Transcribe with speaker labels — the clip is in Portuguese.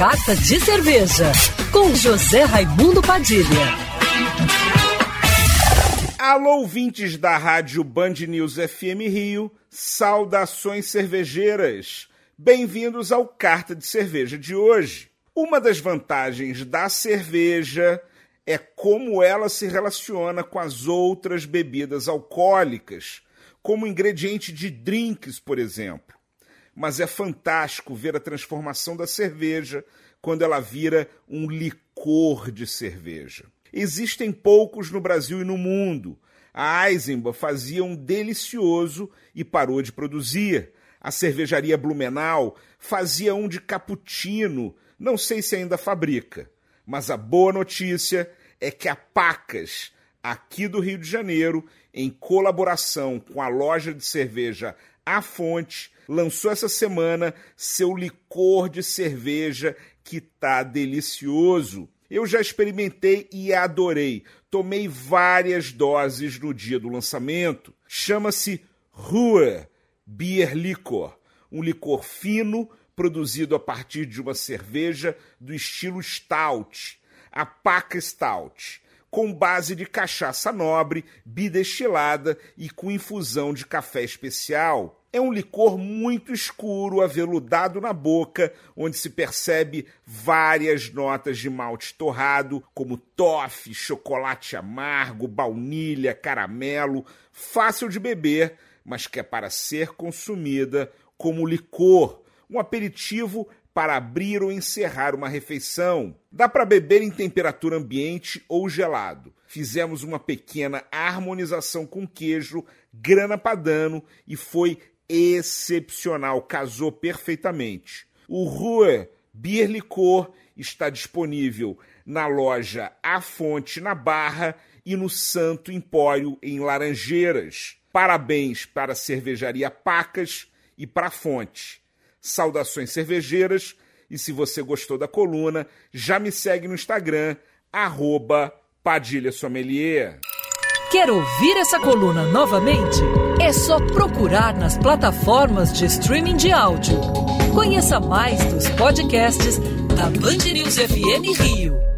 Speaker 1: Carta de Cerveja, com José Raimundo Padilha.
Speaker 2: Alô, ouvintes da Rádio Band News FM Rio, saudações cervejeiras. Bem-vindos ao Carta de Cerveja de hoje. Uma das vantagens da cerveja é como ela se relaciona com as outras bebidas alcoólicas, como ingrediente de drinks, por exemplo. Mas é fantástico ver a transformação da cerveja quando ela vira um licor de cerveja. Existem poucos no Brasil e no mundo. A Eisenbahn fazia um delicioso e parou de produzir. A cervejaria Blumenau fazia um de cappuccino, não sei se ainda fabrica. Mas a boa notícia é que a Pacas, aqui do Rio de Janeiro, em colaboração com a loja de cerveja A Fonte, lançou essa semana seu licor de cerveja que tá delicioso. Eu já experimentei e adorei. Tomei várias doses no dia do lançamento. Chama-se Ruhr Beer Licor, um licor fino produzido a partir de uma cerveja do estilo Stout, a Paca Stout, com base de cachaça nobre, bidestilada e com infusão de café especial. É um licor muito escuro, aveludado na boca, onde se percebe várias notas de malte torrado, como toffee, chocolate amargo, baunilha, caramelo, fácil de beber, mas que é para ser consumida como licor, um aperitivo para abrir ou encerrar uma refeição. Dá para beber em temperatura ambiente ou gelado. Fizemos uma pequena harmonização com queijo, grana padano e foi excepcional, casou perfeitamente. O Ruhr Beer Licor está disponível na loja A Fonte, na Barra, e no Santo Empório, em Laranjeiras. Parabéns para a cervejaria Pacas e para a Fonte. Saudações cervejeiras, e se você gostou da coluna, já me segue no Instagram, @PadilhaSommelier.
Speaker 1: Quer ouvir essa coluna novamente? É só procurar nas plataformas de streaming de áudio. Conheça mais dos podcasts da Band News FM Rio.